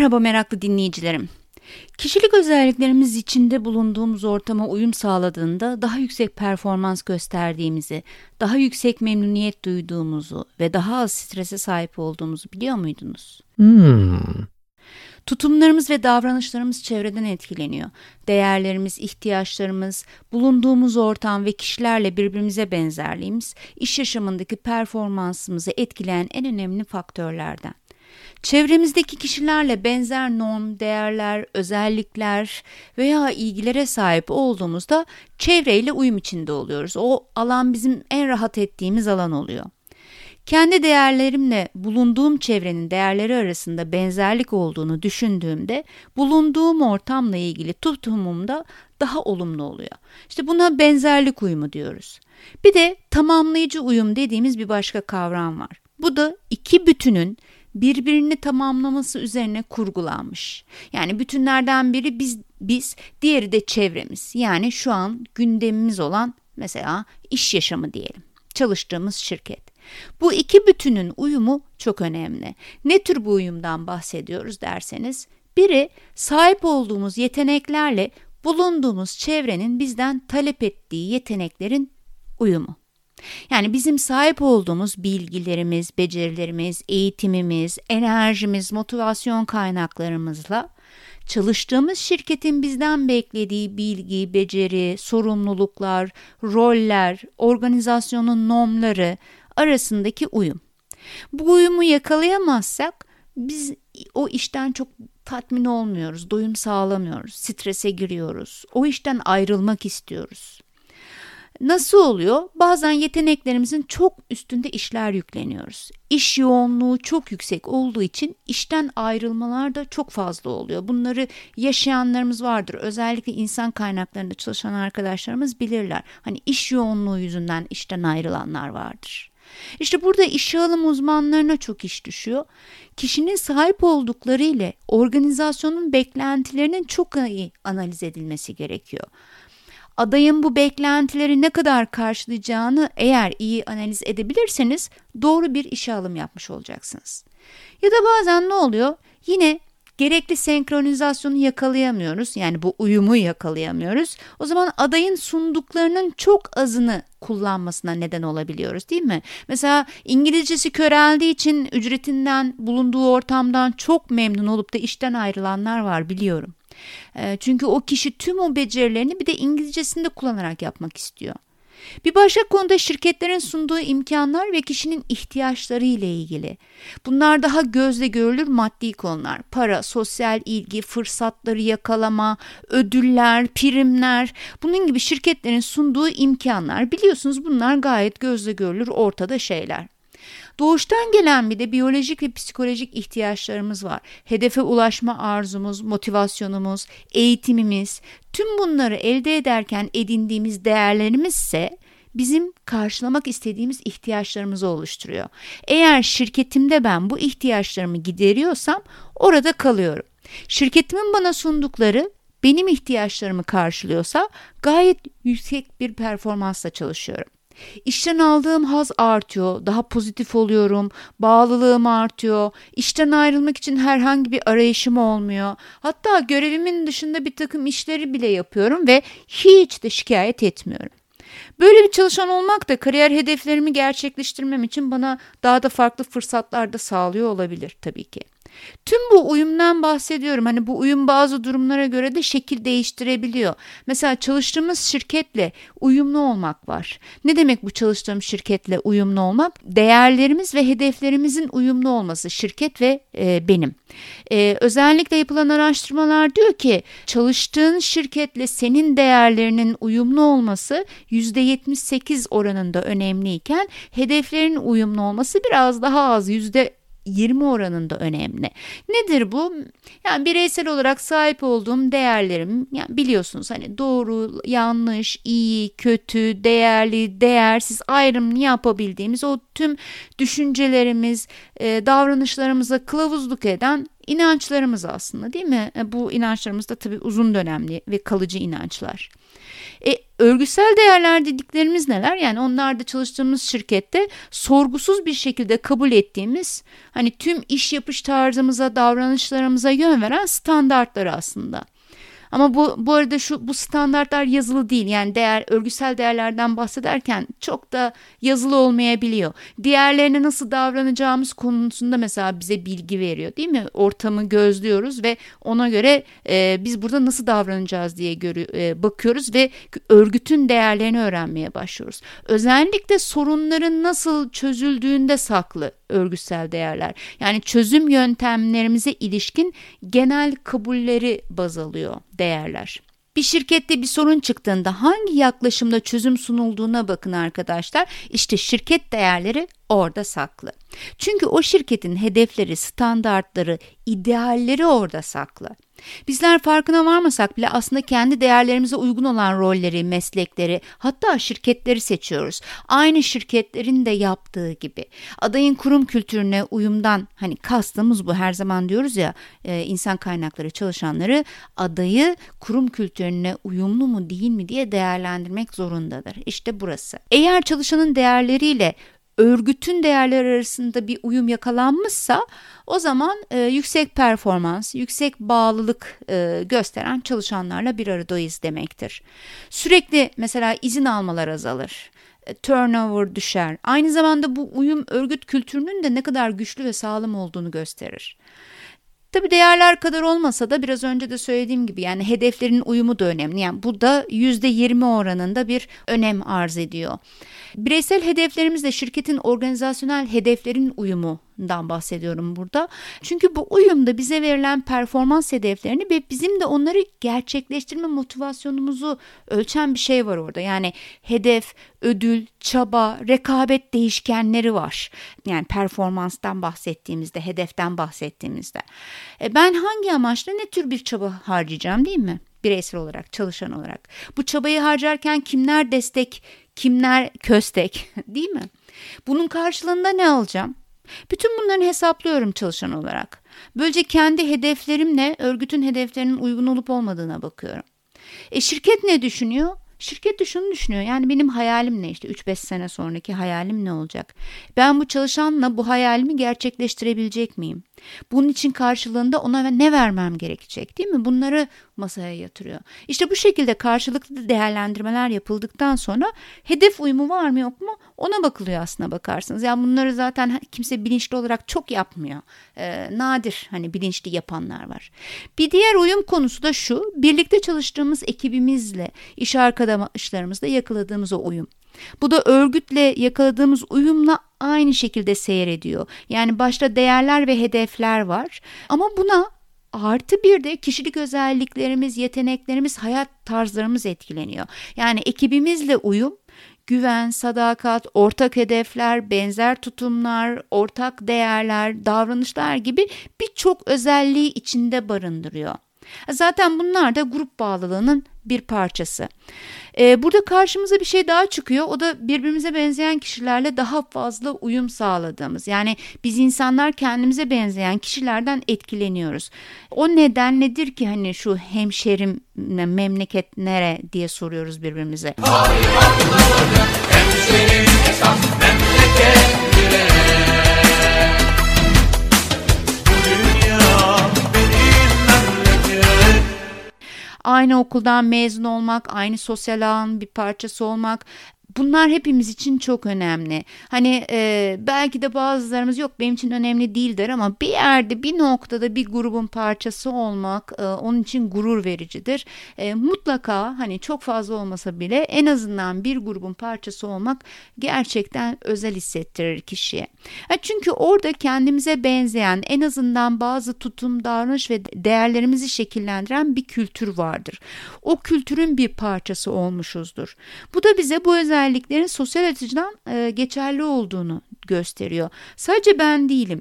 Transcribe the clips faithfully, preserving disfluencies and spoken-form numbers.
Merhaba meraklı dinleyicilerim. Kişilik özelliklerimiz içinde bulunduğumuz ortama uyum sağladığında daha yüksek performans gösterdiğimizi, daha yüksek memnuniyet duyduğumuzu ve daha az strese sahip olduğumuzu biliyor muydunuz? Hmm. Tutumlarımız ve davranışlarımız çevreden etkileniyor. Değerlerimiz, ihtiyaçlarımız, bulunduğumuz ortam ve kişilerle birbirimize benzerliğimiz, iş yaşamındaki performansımızı etkileyen en önemli faktörlerden. Çevremizdeki kişilerle benzer norm, değerler, özellikler veya ilgilere sahip olduğumuzda çevreyle uyum içinde oluyoruz. O alan bizim en rahat ettiğimiz alan oluyor. Kendi değerlerimle bulunduğum çevrenin değerleri arasında benzerlik olduğunu düşündüğümde bulunduğum ortamla ilgili tutumum da daha olumlu oluyor. İşte buna benzerlik uyumu diyoruz. Bir de tamamlayıcı uyum dediğimiz bir başka kavram var. Bu da iki bütünün birbirini tamamlaması üzerine kurgulanmış. Yani bütünlerden biri biz, biz, diğeri de çevremiz. Yani şu an gündemimiz olan mesela iş yaşamı diyelim, çalıştığımız şirket. Bu iki bütünün uyumu çok önemli. Ne tür bu uyumdan bahsediyoruz derseniz, biri sahip olduğumuz yeteneklerle bulunduğumuz çevrenin bizden talep ettiği yeteneklerin uyumu. Yani bizim sahip olduğumuz bilgilerimiz, becerilerimiz, eğitimimiz, enerjimiz, motivasyon kaynaklarımızla çalıştığımız şirketin bizden beklediği bilgi, beceri, sorumluluklar, roller, organizasyonun normları arasındaki uyum. Bu uyumu yakalayamazsak biz o işten çok tatmin olmuyoruz, doyum sağlamıyoruz, strese giriyoruz, o işten ayrılmak istiyoruz. Nasıl oluyor? Bazen yeteneklerimizin çok üstünde işler yükleniyoruz. İş yoğunluğu çok yüksek olduğu için işten ayrılmalar da çok fazla oluyor. Bunları yaşayanlarımız vardır. Özellikle insan kaynaklarında çalışan arkadaşlarımız bilirler. Hani iş yoğunluğu yüzünden işten ayrılanlar vardır. İşte burada işe alım uzmanlarına çok iş düşüyor. Kişinin sahip oldukları ile organizasyonun beklentilerinin çok iyi analiz edilmesi gerekiyor. Adayın bu beklentileri ne kadar karşılayacağını eğer iyi analiz edebilirseniz doğru bir işe alım yapmış olacaksınız. Ya da bazen ne oluyor? Yine gerekli senkronizasyonu yakalayamıyoruz. Yani bu uyumu yakalayamıyoruz. O zaman adayın sunduklarının çok azını kullanmasına neden olabiliyoruz, değil mi? Mesela İngilizcesi köreldiği için ücretinden, bulunduğu ortamdan çok memnun olup da işten ayrılanlar var, biliyorum. Çünkü o kişi tüm o becerilerini bir de İngilizcesini de kullanarak yapmak istiyor. Bir başka konuda şirketlerin sunduğu imkanlar ve kişinin ihtiyaçları ile ilgili. Bunlar daha gözle görülür maddi konular. Para, sosyal ilgi, fırsatları yakalama, ödüller, primler, bunun gibi şirketlerin sunduğu imkanlar. Biliyorsunuz bunlar gayet gözle görülür ortada şeyler. Doğuştan gelen bir de biyolojik ve psikolojik ihtiyaçlarımız var. Hedefe ulaşma arzumuz, motivasyonumuz, eğitimimiz, tüm bunları elde ederken edindiğimiz değerlerimiz ise bizim karşılamak istediğimiz ihtiyaçlarımızı oluşturuyor. Eğer şirketimde ben bu ihtiyaçlarımı gideriyorsam orada kalıyorum. Şirketimin bana sundukları benim ihtiyaçlarımı karşılıyorsa gayet yüksek bir performansla çalışıyorum. İşten aldığım haz artıyor, daha pozitif oluyorum, bağlılığım artıyor, işten ayrılmak için herhangi bir arayışım olmuyor. Hatta görevimin dışında bir takım işleri bile yapıyorum ve hiç de şikayet etmiyorum. Böyle bir çalışan olmak da kariyer hedeflerimi gerçekleştirmem için bana daha da farklı fırsatlar da sağlıyor olabilir tabii ki. Tüm bu uyumdan bahsediyorum. Hani bu uyum bazı durumlara göre de şekil değiştirebiliyor. Mesela çalıştığımız şirketle uyumlu olmak var. Ne demek bu çalıştığım şirketle uyumlu olmak? Değerlerimiz ve hedeflerimizin uyumlu olması, şirket ve e, benim. E, özellikle yapılan araştırmalar diyor ki çalıştığın şirketle senin değerlerinin uyumlu olması yüzde yetmiş sekiz oranında önemliyken hedeflerin uyumlu olması biraz daha az, yüzde yirmi oranında önemli. Nedir bu? Yani bireysel olarak sahip olduğum değerlerim, yani biliyorsunuz hani doğru, yanlış, iyi, kötü, değerli, değersiz ayrımını yapabildiğimiz o tüm düşüncelerimiz, e, davranışlarımıza kılavuzluk eden İnançlarımız aslında, değil mi? Bu inançlarımız da tabii uzun dönemli ve kalıcı inançlar. E, örgütsel değerler dediklerimiz neler? Yani onlar da çalıştığımız şirkette sorgusuz bir şekilde kabul ettiğimiz, hani tüm iş yapış tarzımıza, davranışlarımıza yön veren standartlar aslında. Ama bu bu arada şu bu standartlar yazılı değil. Yani değer örgütsel değerlerden bahsederken çok da yazılı olmayabiliyor. Diğerlerine nasıl davranacağımız konusunda mesela bize bilgi veriyor, değil mi? Ortamı gözlüyoruz ve ona göre e, biz burada nasıl davranacağız diye görü, e, bakıyoruz ve örgütün değerlerini öğrenmeye başlıyoruz. Özellikle sorunların nasıl çözüldüğünde saklı örgütsel değerler. Yani çözüm yöntemlerimize ilişkin genel kabulleri baz alıyor değerler. Bir şirkette bir sorun çıktığında hangi yaklaşımda çözüm sunulduğuna bakın arkadaşlar. İşte şirket değerleri orada saklı. Çünkü o şirketin hedefleri, standartları, idealleri orada saklı. Bizler farkına varmasak bile aslında kendi değerlerimize uygun olan rolleri, meslekleri, hatta şirketleri seçiyoruz. Aynı şirketlerin de yaptığı gibi. Adayın kurum kültürüne uyumdan, hani kastımız bu, her zaman diyoruz ya, e, insan kaynakları çalışanları adayı kurum kültürüne uyumlu mu değil mi diye değerlendirmek zorundadır. İşte burası. Eğer çalışanın değerleriyle örgütün değerleri arasında bir uyum yakalanmışsa o zaman e, yüksek performans, yüksek bağlılık e, gösteren çalışanlarla bir aradayız demektir. Sürekli mesela izin almalar azalır. E, turnover düşer. Aynı zamanda bu uyum örgüt kültürünün de ne kadar güçlü ve sağlam olduğunu gösterir. Tabii değerler kadar olmasa da biraz önce de söylediğim gibi yani hedeflerin uyumu da önemli. Yani bu da yüzde yirmi oranında bir önem arz ediyor. Bireysel hedeflerimizle şirketin organizasyonel hedeflerin uyumundan bahsediyorum burada. Çünkü bu uyumda bize verilen performans hedeflerini ve bizim de onları gerçekleştirme motivasyonumuzu ölçen bir şey var orada. Yani hedef, ödül, çaba, rekabet değişkenleri var. Yani performanstan bahsettiğimizde, hedeften bahsettiğimizde. E ben hangi amaçla ne tür bir çaba harcayacağım, değil mi? Bireysel olarak, çalışan olarak. Bu çabayı harcarken kimler destek, kimler köstek, değil mi? Bunun karşılığında ne alacağım? Bütün bunları hesaplıyorum çalışan olarak. Böylece kendi hedeflerimle örgütün hedeflerinin uygun olup olmadığına bakıyorum. E şirket ne düşünüyor? Şirket de şunu düşünüyor, yani benim hayalim ne, işte üç beş sene sonraki hayalim ne olacak? Ben bu çalışanla bu hayalimi gerçekleştirebilecek miyim? Bunun için karşılığında ona ne vermem gerekecek, değil mi? Bunları masaya yatırıyor. İşte bu şekilde karşılıklı değerlendirmeler yapıldıktan sonra hedef uyumu var mı yok mu ona bakılıyor aslına bakarsınız. Yani bunları zaten kimse bilinçli olarak çok yapmıyor. Ee, nadir hani bilinçli yapanlar var. Bir diğer uyum konusu da şu: birlikte çalıştığımız ekibimizle, iş arkadaşlarımızla yakaladığımız o uyum. Bu da örgütle yakaladığımız uyumla aynı şekilde seyrediyor. Yani başta değerler ve hedefler var ama buna artı bir de kişilik özelliklerimiz, yeteneklerimiz, hayat tarzlarımız etkileniyor. Yani ekibimizle uyum, güven, sadakat, ortak hedefler, benzer tutumlar, ortak değerler, davranışlar gibi birçok özelliği içinde barındırıyor. Zaten bunlar da grup bağlılığının bir parçası. Ee, burada karşımıza bir şey daha çıkıyor. O da birbirimize benzeyen kişilerle daha fazla uyum sağladığımız. Yani biz insanlar kendimize benzeyen kişilerden etkileniyoruz. O neden nedir ki hani şu hemşerim memleket nere diye soruyoruz birbirimize. Hayır, anlamadım. Hemşerim esas memleket nere? Aynı okuldan mezun olmak, aynı sosyal ağın bir parçası olmak, bunlar hepimiz için çok önemli. Hani e, belki de bazılarımız yok benim için önemli değildir ama bir yerde, bir noktada bir grubun parçası olmak e, onun için gurur vericidir. E, mutlaka hani çok fazla olmasa bile en azından bir grubun parçası olmak gerçekten özel hissettirir kişiye. E, çünkü orada kendimize benzeyen, en azından bazı tutum, davranış ve değerlerimizi şekillendiren bir kültür vardır. O kültürün bir parçası olmuşuzdur. Bu da bize bu özel özelliklerin sosyal açıdan e, geçerli olduğunu gösteriyor. Sadece ben değilim.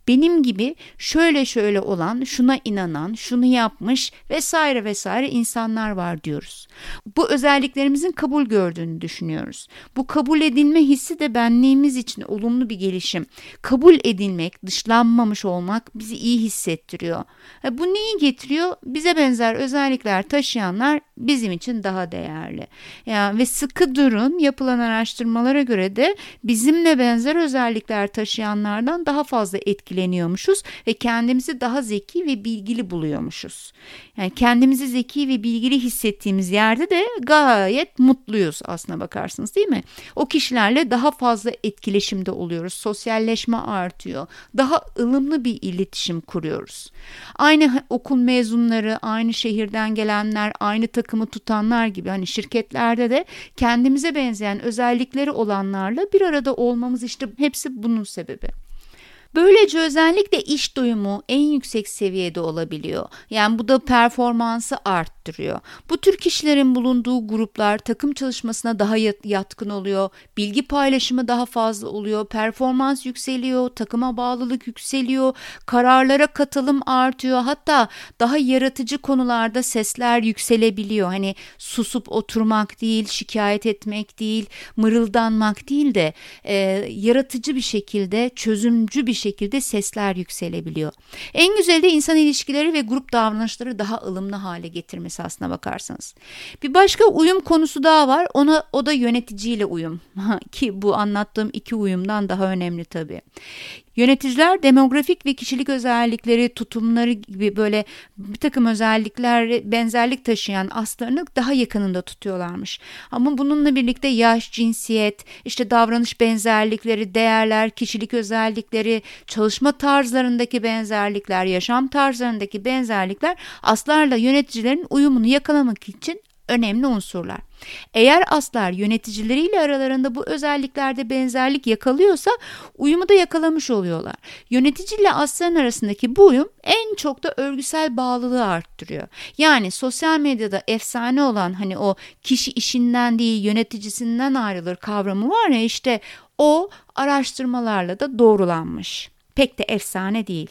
benim gibi şöyle şöyle olan, şuna inanan, şunu yapmış vesaire vesaire insanlar var diyoruz. Bu özelliklerimizin kabul gördüğünü düşünüyoruz. Bu kabul edilme hissi de benliğimiz için olumlu bir gelişim. Kabul edilmek, dışlanmamış olmak bizi iyi hissettiriyor. Bu neyi getiriyor? Bize benzer özellikler taşıyanlar bizim için daha değerli. Yani ve sıkı durun, yapılan araştırmalara göre de bizimle benzer özellikler taşıyanlardan daha fazla etkileniyormuşuz ve kendimizi daha zeki ve bilgili buluyormuşuz. Yani kendimizi zeki ve bilgili hissettiğimiz yerde de gayet mutluyuz aslına bakarsınız, değil mi? O kişilerle daha fazla etkileşimde oluyoruz. Sosyalleşme artıyor. Daha ılımlı bir iletişim kuruyoruz. Aynı okul mezunları, aynı şehirden gelenler, aynı takımı tutanlar gibi hani şirketlerde de kendimize benzeyen özellikleri olanlarla bir arada olmamız, işte hepsi bunun sebebi. Böylece özellikle iş doyumu en yüksek seviyede olabiliyor. Yani bu da performansı arttırıyor. Bu tür kişilerin bulunduğu gruplar takım çalışmasına daha yatkın oluyor. Bilgi paylaşımı daha fazla oluyor. Performans yükseliyor. Takıma bağlılık yükseliyor. Kararlara katılım artıyor. Hatta daha yaratıcı konularda sesler yükselebiliyor. Hani susup oturmak değil, şikayet etmek değil, mırıldanmak değil de e, yaratıcı bir şekilde, çözümcü bir şekilde sesler yükselebiliyor. En güzeli de insan ilişkileri ve grup davranışları daha ılımlı hale getirmesi aslına bakarsanız. Bir başka uyum konusu daha var. Ona, o da yöneticiyle uyum. Ki bu anlattığım iki uyumdan daha önemli tabii. Yöneticiler demografik ve kişilik özellikleri, tutumları gibi böyle bir takım özellikler, benzerlik taşıyan aslarını daha yakınında tutuyorlarmış. Ama bununla birlikte yaş, cinsiyet, işte davranış benzerlikleri, değerler, kişilik özellikleri, çalışma tarzlarındaki benzerlikler, yaşam tarzlarındaki benzerlikler aslarla yöneticilerin uyumunu yakalamak için önemli unsurlar. Eğer aslar yöneticileriyle aralarında bu özelliklerde benzerlik yakalıyorsa uyumu da yakalamış oluyorlar. Yöneticiyle asların arasındaki bu uyum en çok da örgüsel bağlılığı arttırıyor. Yani sosyal medyada efsane olan hani o kişi işinden değil yöneticisinden ayrılır kavramı var ya, işte o araştırmalarla da doğrulanmış. Pek de efsane değil.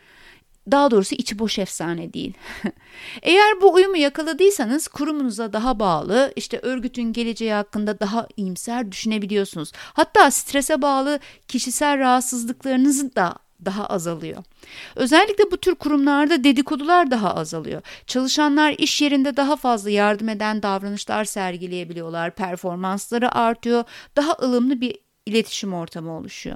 Daha doğrusu içi boş efsane değil. Eğer bu uyumu yakaladıysanız kurumunuza daha bağlı, işte örgütün geleceği hakkında daha iyimser düşünebiliyorsunuz. Hatta strese bağlı kişisel rahatsızlıklarınız da daha azalıyor. Özellikle bu tür kurumlarda dedikodular daha azalıyor. Çalışanlar iş yerinde daha fazla yardım eden davranışlar sergileyebiliyorlar. Performansları artıyor. Daha ılımlı bir iletişim ortamı oluşuyor.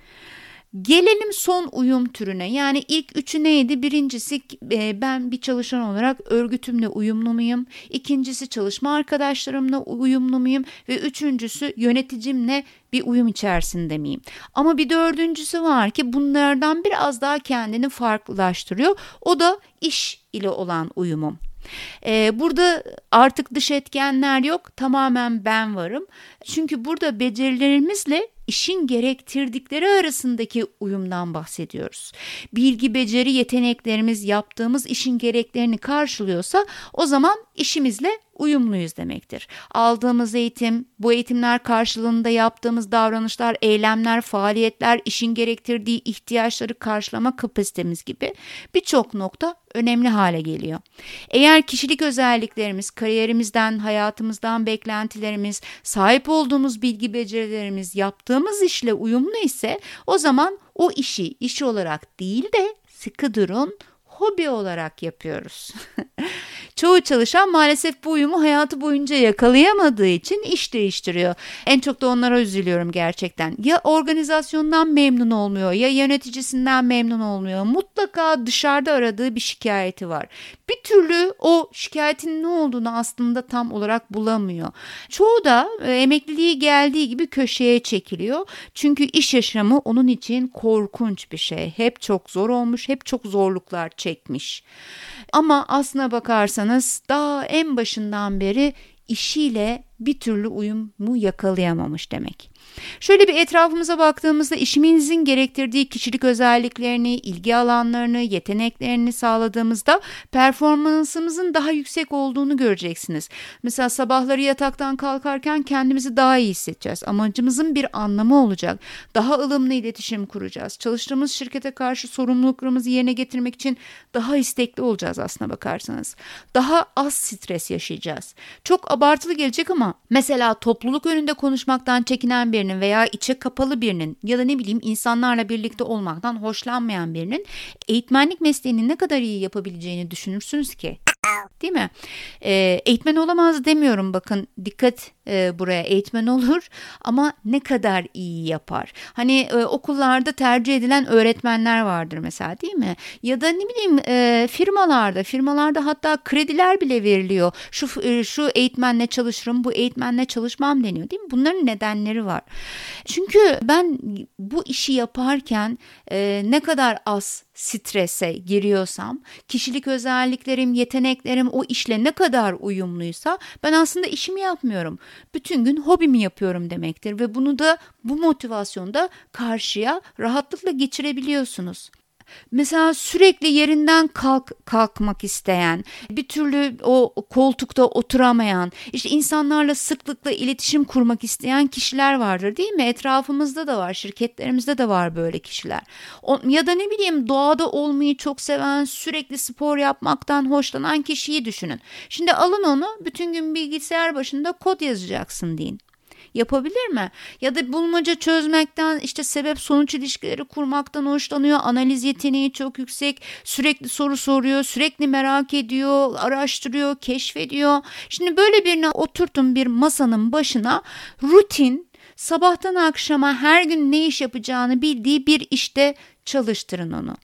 Gelelim son uyum türüne. Yani ilk üçü neydi? Birincisi e, ben bir çalışan olarak örgütümle uyumlu muyum? İkincisi çalışma arkadaşlarımla uyumlu muyum? Ve üçüncüsü yöneticimle bir uyum içerisinde miyim? Ama bir dördüncüsü var ki bunlardan biraz daha kendini farklılaştırıyor. O da iş ile olan uyumum. Ee, burada artık dış etkenler yok, tamamen ben varım. Çünkü burada becerilerimizle işin gerektirdikleri arasındaki uyumdan bahsediyoruz. Bilgi, beceri, yeteneklerimiz yaptığımız işin gereklerini karşılıyorsa o zaman işimizle uyumluyuz demektir. Aldığımız eğitim, bu eğitimler karşılığında yaptığımız davranışlar, eylemler, faaliyetler, işin gerektirdiği ihtiyaçları karşılama kapasitemiz gibi birçok nokta önemli hale geliyor. Eğer kişilik özelliklerimiz, kariyerimizden, hayatımızdan beklentilerimiz, sahip olduğumuz bilgi becerilerimiz, yaptığımız işle uyumlu ise o zaman o işi iş olarak değil de sıkı durun, hobi olarak yapıyoruz. Çoğu çalışan maalesef bu uyumu hayatı boyunca yakalayamadığı için iş değiştiriyor. En çok da onlara üzülüyorum gerçekten. Ya organizasyondan memnun olmuyor ya yöneticisinden memnun olmuyor. Mutlaka dışarıda aradığı bir şikayeti var. Bir türlü o şikayetin ne olduğunu aslında tam olarak bulamıyor. Çoğu da e, emekliliği geldiği gibi köşeye çekiliyor. Çünkü iş yaşamı onun için korkunç bir şey. Hep çok zor olmuş, hep çok zorluklar çekmiş. Ama aslına bakarsanız daha en başından beri işiyle bir türlü uyumu yakalayamamış demek. Şöyle bir etrafımıza baktığımızda işimizin gerektirdiği kişilik özelliklerini, ilgi alanlarını, yeteneklerini sağladığımızda performansımızın daha yüksek olduğunu göreceksiniz. Mesela sabahları yataktan kalkarken kendimizi daha iyi hissedeceğiz. Amacımızın bir anlamı olacak. Daha ılımlı iletişim kuracağız. Çalıştığımız şirkete karşı sorumluluklarımızı yerine getirmek için daha istekli olacağız aslına bakarsanız. Daha az stres yaşayacağız. Çok abartılı gelecek ama mesela topluluk önünde konuşmaktan çekinen birinin veya içe kapalı birinin ya da ne bileyim insanlarla birlikte olmaktan hoşlanmayan birinin eğitmenlik mesleğini ne kadar iyi yapabileceğini düşünürsünüz ki. Değil mi? E, eğitmen olamaz demiyorum, bakın dikkat e, buraya, eğitmen olur ama ne kadar iyi yapar. Hani e, okullarda tercih edilen öğretmenler vardır mesela, değil mi? Ya da ne bileyim e, firmalarda firmalarda hatta krediler bile veriliyor. Şu e, şu eğitmenle çalışırım, bu eğitmenle çalışmam deniyor, değil mi? Bunların nedenleri var. Çünkü ben bu işi yaparken e, ne kadar az strese giriyorsam, kişilik özelliklerim, yeteneklerim o işle ne kadar uyumluysa ben aslında işimi yapmıyorum. Bütün gün hobimi yapıyorum demektir ve bunu da, bu motivasyonda karşıya rahatlıkla geçirebiliyorsunuz. Mesela sürekli yerinden kalk, kalkmak isteyen, bir türlü o koltukta oturamayan, işte insanlarla sıklıkla iletişim kurmak isteyen kişiler vardır, değil mi? Etrafımızda da var, şirketlerimizde de var böyle kişiler. O, ya da ne bileyim doğada olmayı çok seven, sürekli spor yapmaktan hoşlanan kişiyi düşünün. Şimdi alın onu, bütün gün bilgisayar başında kod yazacaksın deyin. Yapabilir mi? Ya da bulmaca çözmekten, işte sebep sonuç ilişkileri kurmaktan hoşlanıyor. Analiz yeteneği çok yüksek. Sürekli soru soruyor, sürekli merak ediyor, araştırıyor, keşfediyor. Şimdi böyle birine oturtun bir masanın başına, rutin, sabahtan akşama her gün ne iş yapacağını bildiği bir işte çalıştırın onu.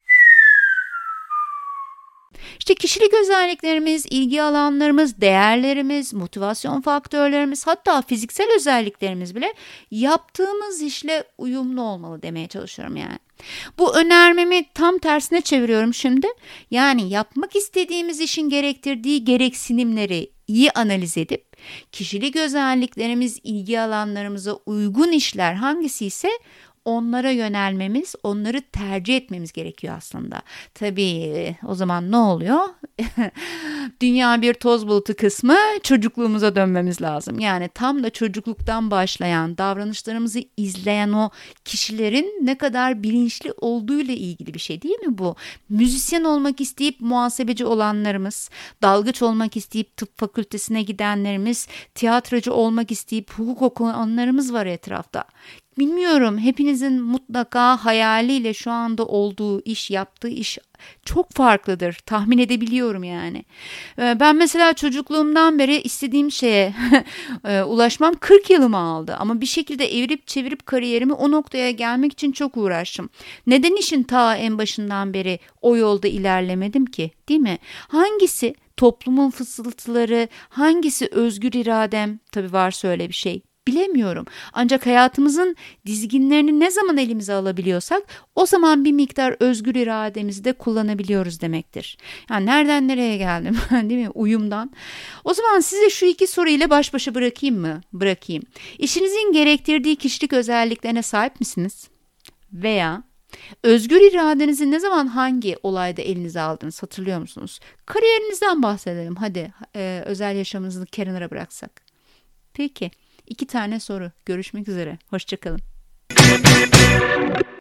İşte kişilik özelliklerimiz, ilgi alanlarımız, değerlerimiz, motivasyon faktörlerimiz, hatta fiziksel özelliklerimiz bile yaptığımız işle uyumlu olmalı demeye çalışıyorum yani. Bu önermemi tam tersine çeviriyorum şimdi. Yani yapmak istediğimiz işin gerektirdiği gereksinimleri iyi analiz edip kişilik özelliklerimiz, ilgi alanlarımıza uygun işler hangisi ise onlara yönelmemiz, onları tercih etmemiz gerekiyor aslında. Tabii o zaman ne oluyor? Dünya bir toz bulutu kısmı, çocukluğumuza dönmemiz lazım. Yani tam da çocukluktan başlayan, davranışlarımızı izleyen o kişilerin ne kadar bilinçli olduğuyla ilgili bir şey, değil mi bu? Müzisyen olmak isteyip muhasebeci olanlarımız, dalgıç olmak isteyip tıp fakültesine gidenlerimiz, tiyatrocu olmak isteyip hukuk okuyanlarımız var etrafta. Bilmiyorum, hepinizin mutlaka hayaliyle şu anda olduğu iş, yaptığı iş çok farklıdır. Tahmin edebiliyorum yani. Ben mesela çocukluğumdan beri istediğim şeye ulaşmam kırk yılımı aldı. Ama bir şekilde evirip çevirip kariyerimi o noktaya gelmek için çok uğraştım. Neden işin ta en başından beri o yolda ilerlemedim ki, değil mi? Hangisi toplumun fısıltıları, hangisi özgür iradem? Tabii varsa öyle bir şey. Bilemiyorum. Ancak hayatımızın dizginlerini ne zaman elimize alabiliyorsak o zaman bir miktar özgür irademizi de kullanabiliyoruz demektir. Yani nereden nereye geldim, değil mi? Uyumdan. O zaman size şu iki soruyla baş başa bırakayım mı? Bırakayım. İşinizin gerektirdiği kişilik özelliklerine sahip misiniz? Veya özgür iradenizi ne zaman, hangi olayda elinize aldınız, hatırlıyor musunuz? Kariyerinizden bahsedelim. Hadi e, özel yaşamınızı kenara bıraksak. Peki. İki tane soru. Görüşmek üzere. Hoşça kalın.